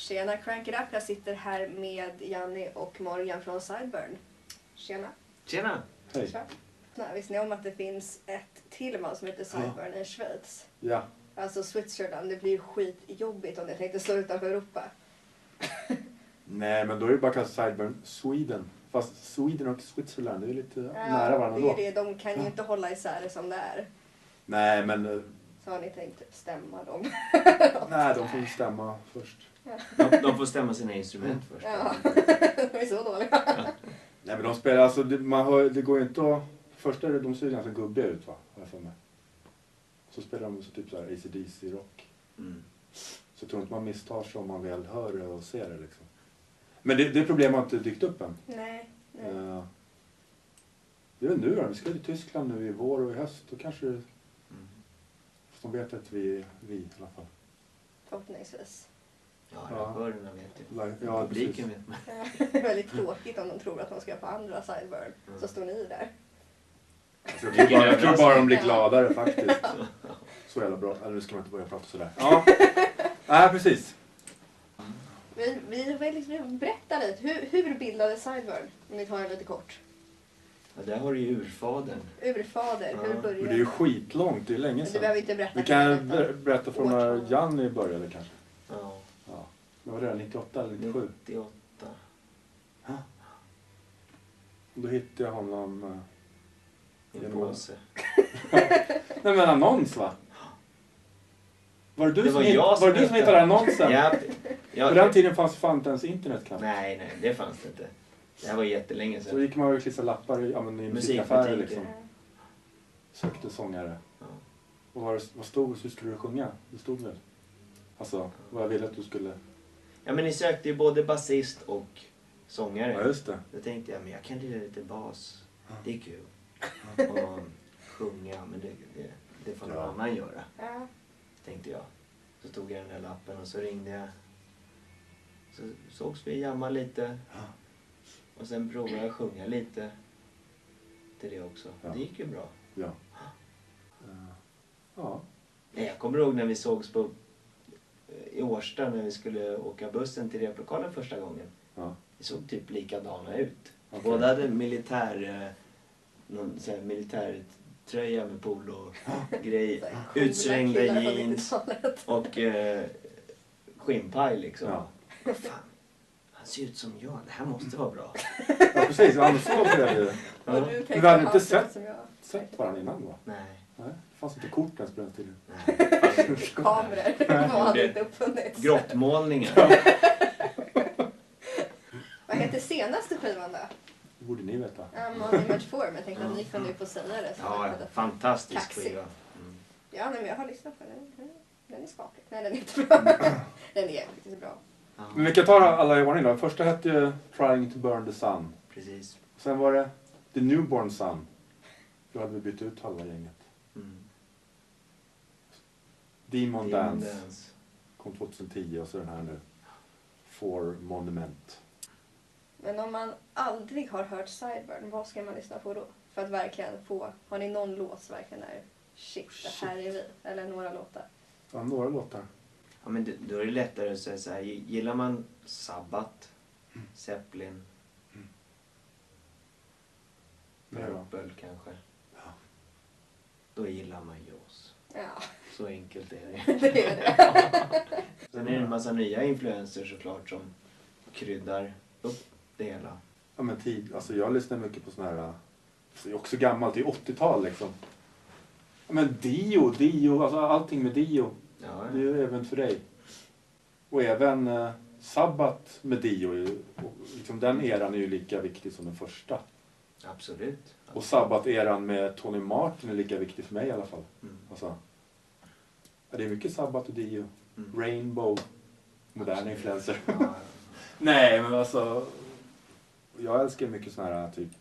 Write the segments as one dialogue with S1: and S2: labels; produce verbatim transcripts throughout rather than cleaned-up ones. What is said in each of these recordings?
S1: Tjena, Crank It Up. Jag sitter här med Janni och Morgan från Sideburn. Tjena.
S2: Tjena.
S3: Hej.
S1: Nej, visste ni om att det finns ett till band som heter Sideburn i Schweiz?
S3: Ja.
S1: Alltså Switzerland, det blir ju skitjobbigt om ni tänkte slå utanför Europa.
S3: Nej, men då är det bara kallat Sideburn Sweden. Fast Sweden och Switzerland, det är lite
S1: Ja,
S3: nära varandra
S1: det är
S3: då.
S1: det. De kan ju inte hålla isär det som det är.
S3: Nej, men... eh,
S1: Så har ni tänkt stämma dem.
S3: Nej, de får ju stämma först.
S2: De, de får stämma sina instrument först.
S1: Ja, de är så dåliga.
S3: Nej, men de spelar alltså... Det, man hör, det går ju inte att... Först är det, de ser ju ganska gubbiga ut, va? Har jag för mig. Så spelar de så typ så här A C D C-rock.
S2: Mm.
S3: Så jag tror inte man misstar sig om man väl hör det och ser det liksom. Men det, det problemet har inte dykt upp än.
S1: Nej. nej.
S3: Uh, det är väl nu då. Vi ska till Tyskland nu i vår och i höst. Då kanske det...
S2: Mm.
S3: Fast de vet att vi är vi i alla fall.
S1: Förhoppningsvis.
S2: Ja,
S3: Ja.
S2: arrangörerna vet ju.
S3: Ja,
S2: Publiken
S3: precis.
S2: vet man.
S1: Det är väldigt tråkigt om de tror att de ska på andra Sideburn. Så står ni där.
S3: Alltså, jag, tror bara, jag tror bara de blir gladare faktiskt. Så jävla bra. Eller nu ska man inte börja prata sådär. Ja, nej precis.
S1: Vi, vi vill liksom berätta lite. Hur, hur bildades Sideburn? Om ni tar det lite kort.
S2: Ja, där har du ju urfadern.
S1: Urfader,
S2: Ja,
S1: hur
S3: Men
S1: började
S3: det är ju skitlångt, det är länge
S1: Men du
S3: sedan.
S1: behöver inte berätta.
S3: Vi kan
S1: för
S3: ber-
S1: detta.
S3: berätta från när
S1: Årtal.
S3: Janni började kanske.
S2: Ja,
S3: Ja. Det var det, nittioåtta eller nittiosju.
S2: nittioåtta.
S3: Då hittade jag honom... eh,
S2: I
S3: Genom-
S2: påse.
S3: Nej men annons va? Var det du
S2: Det
S3: som,
S2: var
S3: hitt-
S2: jag som
S3: var det du som
S2: hittade-
S3: hittade annonsen?
S2: Ja,
S3: På den
S2: ja,
S3: tiden fanns fan inte ens internet knappt.
S2: nej, nej, det fanns det inte. Det här var jättelänge
S3: Så
S2: sedan.
S3: gick man och klistrade lappar i, ja, men i
S2: Musikbutiker.
S3: musikaffärer liksom.
S1: Ja.
S3: Sökte sångare.
S2: Ja.
S3: Och vad, vad stod, hur skulle du sjunga? Det stod väl? Alltså, vad jag ville att du skulle...
S2: Ja, men ni sökte ju både basist och sångare.
S3: Ja just det.
S2: Då tänkte jag, men jag kan lira lite bas.
S3: Ja.
S2: Det är kul. Och sjunga, men det, det, det får någon
S3: Ja.
S2: annan göra.
S1: Ja.
S2: Tänkte jag. Så tog jag den där lappen och så ringde jag. Så sågs vi jamma lite.
S3: Ja.
S2: Och sen provade jag att sjunga lite. Till det också.
S3: Ja.
S2: Det gick ju bra.
S3: Ja. Eh, Ja.
S2: Nej, jag kommer ihåg när vi sågs på, i Årsta när vi skulle åka bussen till replokalen första gången.
S3: Ja.
S2: Vi såg typ likadana ut.
S3: Okej.
S2: Båda hade militär, eh, någon sån här militärtröja med polo-grej.
S1: Så här coola
S2: Utsvängda
S1: killar från
S2: jeans
S1: nittiotalet.
S2: och eh, skinnpaj liksom.
S3: Ja.
S2: Vad fan, han ser ut som jag. Det här måste vara bra.
S3: Ja precis, annars så blev det
S1: Och
S2: Ja.
S1: du
S3: Men
S1: tänkte
S3: vi hade
S1: ha
S3: inte
S1: sånt
S3: sett-
S1: som jag.
S3: sett varandra innan va?
S2: Nej.
S3: Nej, det fanns inte kort ens på den tiden.
S2: Nej.
S1: Kameror hade inte uppfunnits.
S2: Grottmålningar.
S1: Vad heter senaste skivan då?
S3: Det borde ni veta.
S1: Um, on Image four, men jag tänkte att ni kunde ju få säga det. Så
S2: Ja,
S1: jag hade-
S2: fantastisk
S1: Kaxig.
S2: skiva. Mm.
S1: Ja, nej, men jag har lyssnat på den. Den är skaplig. Nej, den är inte bra. Den är faktiskt bra.
S2: Ja,
S3: Men vi kan ta alla i ordning då. Första hette ju Trying to Burn the Sun.
S2: precis.
S3: Sen var det The Newborn Sun. Då hade vi bytt ut halva gänget.
S2: Mm.
S3: Demon,
S2: Demon
S3: Dance
S2: Dance.
S3: kom tjugohundratio och så den här nu. For Monument.
S1: Men om man aldrig har hört Sideburn, vad ska man lyssna på då? För att verkligen få... Har ni någon låt som verkligen är shit, det här är vi? Eller några låtar?
S3: Ja, några låtar.
S2: Ja, men det- då är det lättare att säga så här. Gillar man Sabbath, Zeppelin,
S3: Ja.
S2: Purple kanske.
S3: Ja.
S2: Då gillar man ju oss.
S1: Ja,
S2: Så enkelt är det.
S1: det är det.
S2: Sen är det en massa nya influenser såklart som kryddar upp det hela.
S3: Ja men tid, alltså jag lyssnar mycket på sån här, alltså jag är också gammalt, det är åttiotal liksom. Ja men Dio, Dio, alltså allting med Dio.
S2: Ja,
S3: Det är ju även för dig. Och även eh, Sabbath med Dio, är ju- och liksom den eran är ju lika viktig som den första.
S2: absolut.
S3: Och Sabbath-eran med Tony Martin är lika viktig för mig i alla fall.
S2: Mm.
S3: Alltså, ja, det är mycket Sabbath och Dio.
S2: Mm.
S3: Rainbow, moderna
S2: Absolut.
S3: influenser.
S2: Ja, ja.
S3: Nej men alltså, jag älskar mycket såna här typ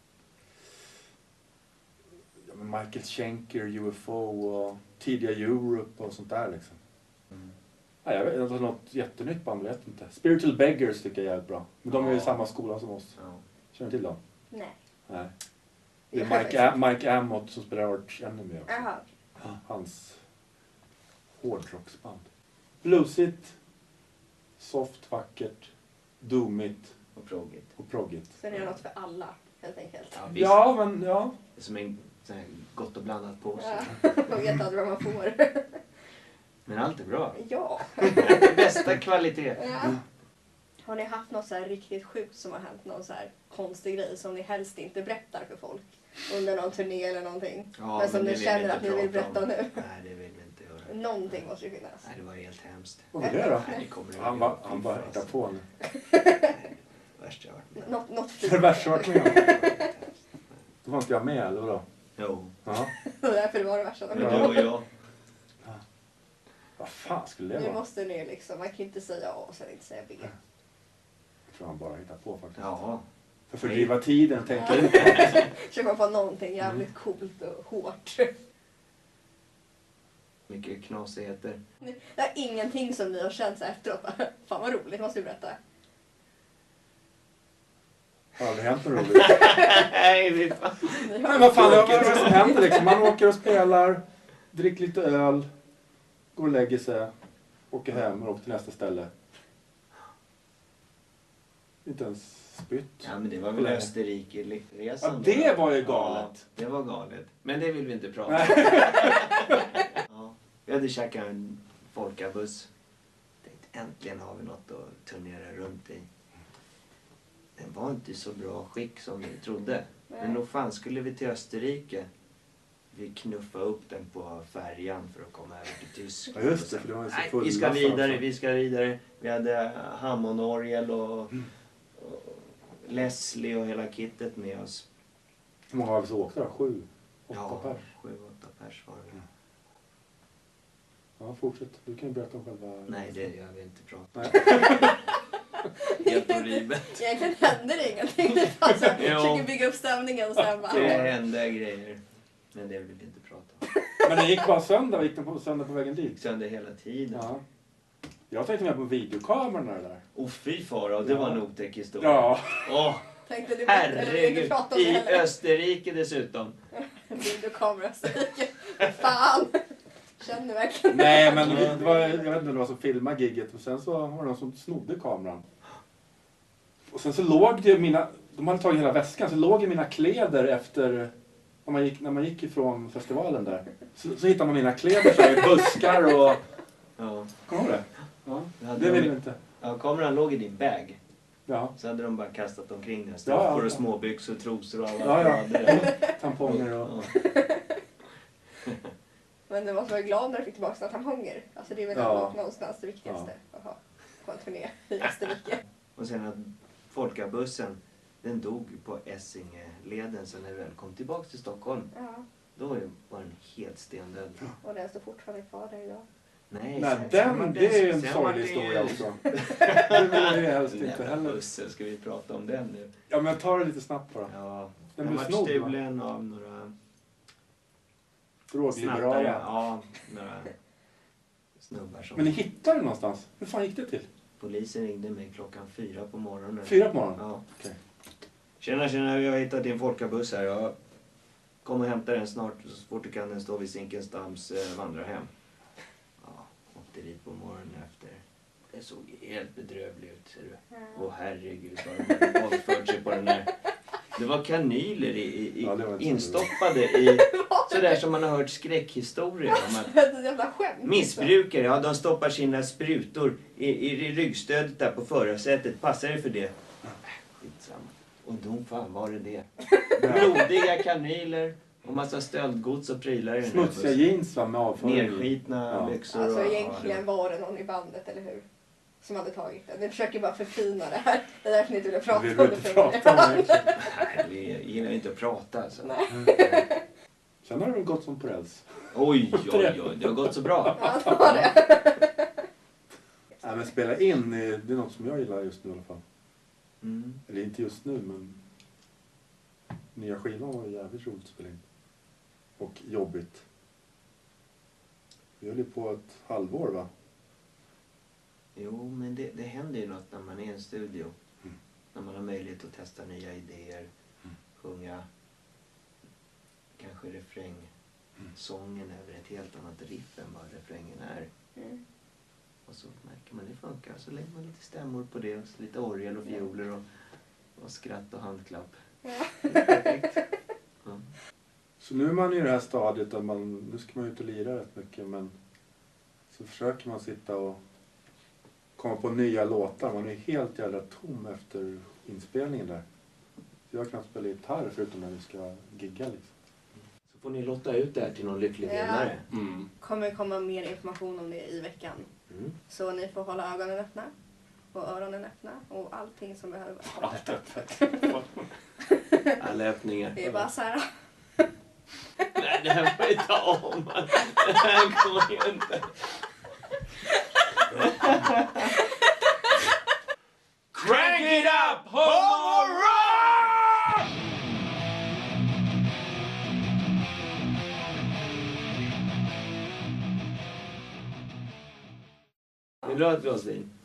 S3: ja, men Michael Schenker, U F O och tidiga Europe och sånt där liksom.
S2: Mm.
S3: Ja, jag vet inte, något jättenytt band, vet inte. Spiritual Beggars tycker jag är jävligt bra. Men de är ju i
S2: Ja.
S3: samma skola som oss.
S2: Ja.
S3: Känner du till dem?
S1: Nej.
S3: Nej. Det är Mike, A- Mike Amott som spelar Arch Enemy också.
S1: Jaha.
S3: Hans hårdrocksband. Bluesigt, soft, vackert, doomigt
S2: Och proggigt.
S3: och proggigt.
S1: Sen är det något för alla, helt enkelt.
S2: Ja, visst.
S3: Ja, men ja.
S2: Det är som en sån här gott och blandat påse.
S1: Ja, man vet aldrig vad man får.
S2: Men allt är bra.
S1: Ja.
S2: Bästa kvalitet.
S1: Ja. Har ni haft något så här riktigt sjukt som har hänt? Någon så här konstig grej som ni helst inte berättar för folk? Under någon turné eller någonting?
S2: Ja,
S1: men som
S2: det
S1: ni
S2: vill vi
S1: känner
S2: inte
S1: att ni vill
S2: prata
S1: berätta
S2: om.
S1: nu?
S2: Nej, det vill vi inte göra.
S1: Någonting måste ju finnas.
S2: Nej, det var helt hemskt.
S3: Vad var det då?
S2: Nej, det kommer du
S3: Han, bara- han bara hittar på nu.
S2: Värst jag har varit med.
S1: Något, något
S3: Det är
S1: fint.
S3: det värsta jag varit med om.
S2: Det var helt hemskt.
S3: Då var inte jag med, eller vadå?
S2: Jo,
S3: Ja.
S1: Det var därför det var det värsta.
S2: men du och jag.
S3: Vad fan skulle det
S1: Nu
S3: vara?
S1: måste ni liksom, man kan ju inte säga A och sen inte säga B.
S3: Jag tror han bara hittar på faktiskt.
S2: Ja.
S3: För att fördriva tiden tänker jag inte.
S1: Försöka på någonting jävligt coolt och hårt.
S2: Mycket knasigheter.
S1: Det är ingenting som ni har känt så här efteråt. Bara, fan vad roligt, måste du berätta.
S3: Har aldrig hänt något roligt.
S2: Nej, vi fan.
S1: Ni
S3: Men
S1: har...
S3: vad fan, vad är det som händer liksom? Man åker och spelar, dricker lite öl, går och lägger sig, åker hem och åker till nästa ställe. Inte ens spytt.
S2: Ja, men det var väl
S3: Nej.
S2: Österrike-resan.
S3: Ja,
S2: då.
S3: det var ju galet.
S2: Ja, det var galet. Men det vill vi inte prata om. Ja. Vi hade käkat en folkabuss. Tänkte äntligen har vi något att turnera runt i. Den var inte i så bra skick som vi trodde. Men då fan skulle vi till Österrike. Vi knuffade upp den på färjan för att komma över till Tyskland.
S3: Ja, just det, för det var ju så
S2: Nej,
S3: full
S2: vi ska
S3: massa
S2: vidare,
S3: också.
S2: vi ska vidare. Vi hade Hammondorgel och,
S3: Mm.
S2: och Leslie och hela kittet med oss.
S3: Hur många var vi som åkte då? Sju? Åtta
S2: Ja,
S3: pers?
S2: sju, åtta pers var det.
S3: Ja, fortsätt. Du kan ju berätta om själva...
S2: Nej, det gör vi inte prata om.
S3: Nej.
S2: Helt horribelt.
S1: Egentligen händer det ingenting. Det bara så här,
S2: Jo.
S1: försöker bygga upp stämningen och sen bara...
S2: Det hände grejer. Men det vill vi inte prata om.
S3: Men det gick bara sönder. Gick den på sönder på vägen
S2: Det gick
S3: dit?
S2: sönder hela tiden.
S3: Ja. Jag tänkte mer på videokamerorna där.
S2: Och fy fara, och det
S3: Ja.
S2: var en otäck historia.
S3: Ja.
S2: Åh,
S1: Tänkte du eller vill du
S2: herregud.
S1: prata om det
S2: I
S1: heller?
S2: Österrike dessutom.
S1: Videokamera Österrike. Fan! Känner verkligen.
S3: Nej, men det var, jag vet inte om det var som filmade gigget. Och sen så var det någon som snodde kameran. Och sen så låg det mina... De hade tagit hela väskan. Så låg ju mina kläder efter... När man gick, när man gick ifrån festivalen där. Så, så hittade man mina kläder så här, i buskar och...
S2: Ja.
S3: Kommer du ihåg det? Ja.
S2: Det hade
S3: Det vill
S2: de-
S3: vi inte.
S2: Ja, kameran låg i din bag.
S3: Ja.
S2: Så hade de bara kastat omkring den.
S3: Ja,
S2: Strumpor
S3: ja,
S2: och
S3: ja.
S2: småbyxor, trosor och allt.
S3: Ja, ja.
S2: vad de hade.
S3: Tamponger och...
S2: Ja.
S1: Men du måste vara glad när du fick tillbaka dina tamponger. Alltså det är väl
S3: Ja.
S1: ändå någonstans det viktigaste. Att ha på en turné i Österrike.
S2: Och sen att folkabussen, den dog på Essingeleden sen när vi väl kom tillbaka till Stockholm.
S1: Ja.
S2: Då var den helt stendöd.
S1: Och den står fortfarande kvar där idag.
S2: Nej,
S3: Nej,
S2: sen- sen
S3: den,
S2: var
S3: det är ju en
S2: sen var
S3: sorglig
S2: det-
S3: historia också. Det vill vi helst
S2: Den
S3: inte
S2: jävla
S3: heller.
S2: bussen, ska vi prata om den nu?
S3: Ja, men jag tar det lite snabbt bara.
S2: Ja,
S3: Den
S2: den
S3: blev
S2: var
S3: snodd, va?
S2: stulen av några snattare.
S3: Drogliberala.
S2: Ja, några snubbar som...
S3: Men ni hittade den någonstans? Hur fan gick det till?
S2: Polisen ringde mig klockan fyra på morgonen.
S3: Fyra på morgonen?
S2: Ja.
S3: Okej.
S2: Tjena, tjena, vi har hittat din folkabuss här. Jag kommer hämta den snart. Så fort du kan, den står vid Zinkensdamms eh, vandrarhem. Ja, åkte dit på morgonen efter. Det såg helt bedrövligt ut, ser du. Åh herregud vad de hade våldfört sig på den där. Det var kanyler i, i,
S3: Ja, det var inte så
S2: instoppade i sådär som man har hört skräckhistorier om att
S1: Ett jävla skämt.
S2: missbrukare, ja, de stoppar sina sprutor i, i, i ryggstödet där på förarsätet. Passar det för det? Äh, skitsamma. Och då fan var det det. Blodiga kanyler och massa stöldgods och prylar i den här
S3: Smutsiga
S2: bussen.
S3: jeans va, med avföring.
S2: Nerskitna
S3: Ja.
S2: byxor.
S1: Alltså
S2: och-
S1: egentligen var det någon i bandet, eller hur? Som hade tagit den. Vi försöker bara förfina det här. Det är därför ni inte ville prata
S3: Vi
S1: om
S3: vill
S1: det
S3: inte
S1: för
S3: prata om det.
S2: Ja, nej, vi gillar inte att prata alltså.
S1: Nej.
S3: Sen har det väl gått som på räls.
S2: Oj, oj, oj, det har gått så bra.
S1: Ja, det var det.
S3: Nej, men spela in, är- det är något som jag gillar just nu i alla fall.
S2: Mm.
S3: Eller inte just nu, men... Nya skivan var jävligt roligt att spela in. Och jobbigt. Vi höll ju på ett halvår va?
S2: Jo, men det, det händer ju något när man är i en studio.
S3: Mm.
S2: När man har möjlighet att testa nya idéer,
S3: Mm.
S2: sjunga kanske refräng,
S3: Mm.
S2: sången över ett helt annat riff än vad refrängen är.
S1: Mm.
S2: Och så märker man det funkar. Så lägger man lite stämmor på det. Och så lite orgel och fioler och, och skratt och handklapp.
S1: Ja.
S2: Det är perfekt. Ja.
S3: Så nu är man i det här stadiet där man, nu ska man ut och lira rätt mycket, men så försöker man sitta och komma på nya låtar. Man är helt jävla tom efter inspelningen där. Så jag kan spela gitarr förutom när vi ska gigga liksom.
S2: Så får ni lotta ut det här till någon lycklig
S1: Ja.
S2: vinnare.
S3: Mm.
S1: Kommer komma mer information om det i veckan.
S2: Mm.
S1: Så ni får hålla ögonen öppna och öronen öppna och allting som behöver vara
S3: Allt
S1: öppet.
S3: detta.
S2: Alla öppningar.
S1: Det är bara så här.
S2: Nej, det här får vi ta om. Det här går ju inte.
S3: Crank it up, Homo Rock!
S2: Vill du ha ett glas vin?